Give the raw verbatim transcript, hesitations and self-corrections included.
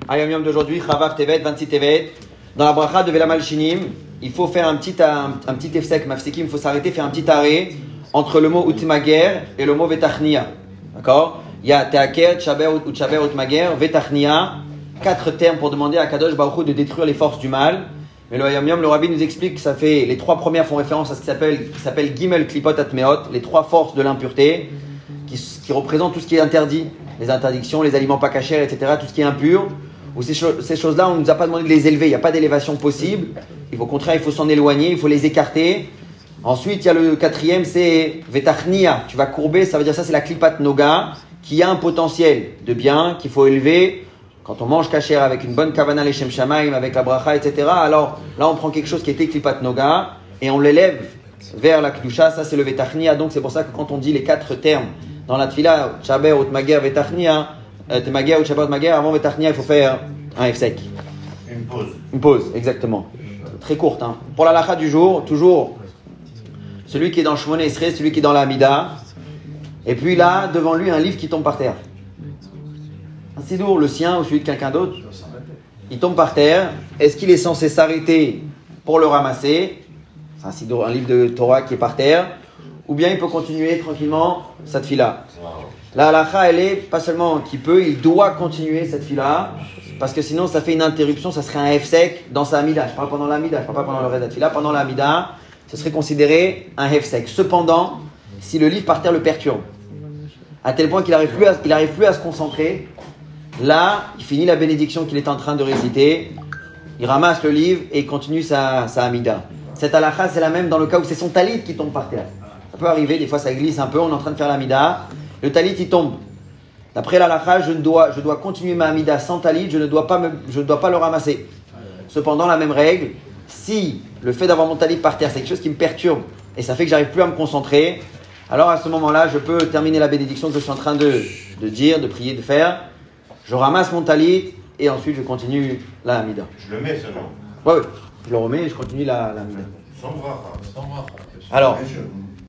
Ayom Yom d'aujourd'hui, Chavav Tevet, vingt-six Tevet. Dans la bracha de Velamal Shinim, il faut faire un petit, un, un petit efsek, mafsekim, il faut s'arrêter, faire un petit arrêt entre le mot Utmager et le mot Vetachnia. D'accord? Il y a Teaker, Tchaber, Utchaber, Utmager, Vetachnia. Quatre termes pour demander à Kadosh Baruch Hu de détruire les forces du mal. Mais le Ayom Yom, le Rabbi nous explique que ça fait, les trois premières font référence à ce qui s'appelle, qui s'appelle Gimel Klipot Atmeot, les trois forces de l'impureté, qui, qui représentent tout ce qui est interdit, les interdictions, les aliments pas cachers, et cetera, tout ce qui est impur. Ou ces, cho- ces choses-là, on ne nous a pas demandé de les élever, il n'y a pas d'élévation possible. Au contraire, il faut s'en éloigner, il faut les écarter. Ensuite, il y a le quatrième, c'est Vetachnia. Tu vas courber, ça veut dire ça, c'est la Klipat Noga, qui a un potentiel de bien, qu'il faut élever. Quand on mange kasher avec une bonne kavana leshem shamaim, avec la bracha, et cetera, alors là, on prend quelque chose qui était Klipat Noga et on l'élève vers la Kedusha. Ça, c'est le Vetachnia. Donc, c'est pour ça que quand on dit les quatre termes dans la Tfila, Tchaber, Utmager, Vetachnia, Temager ou Tchaber, Utmager, avant Vetachnia, il faut faire un F-sec. Une pause. Une pause, exactement. Très courte. Hein. Pour la lacha du jour, toujours celui qui est dans Shmona Esrei, celui qui est dans la Hamida. Et puis là, devant lui, un livre qui tombe par terre. Un sidour, le sien ou celui de quelqu'un d'autre. Il tombe par terre. Est-ce qu'il est censé s'arrêter pour le ramasser? C'est un sidour, un livre de Torah qui est par terre. Ou bien il peut continuer tranquillement cette fila. La halacha, elle est pas seulement qu'il peut, il doit continuer cette fila. Parce que sinon, ça fait une interruption, ça serait un F-sec dans sa Hamida. Je parle pendant la Hamida, je parle pas pendant le reste de la Tfila. Pendant la Hamida, ce serait considéré un F-sec. Cependant, si le livre par terre le perturbe, à tel point qu'il n'arrive plus, plus à se concentrer, là, il finit la bénédiction qu'il est en train de réciter, il ramasse le livre et il continue sa, sa Hamida. Cette halakha, c'est la même dans le cas où c'est son talit qui tombe par terre. Ça peut arriver, des fois ça glisse un peu, on est en train de faire la Hamida, le talit il tombe. D'après l'halakha, je dois, je dois continuer ma Hamida sans talit, je ne dois pas, me, je ne dois pas le ramasser. Cependant, la même règle, si le fait d'avoir mon talit par terre, c'est quelque chose qui me perturbe et ça fait que j'arrive plus à me concentrer, alors à ce moment-là, je peux terminer la bénédiction que je suis en train de, de dire, de prier, de faire. Je ramasse mon talit et ensuite je continue la Hamida. Je le mets ce nom. Ouais, ouais, je le remets et je continue la, la Hamida. Sans bracha. Sans bracha. Alors,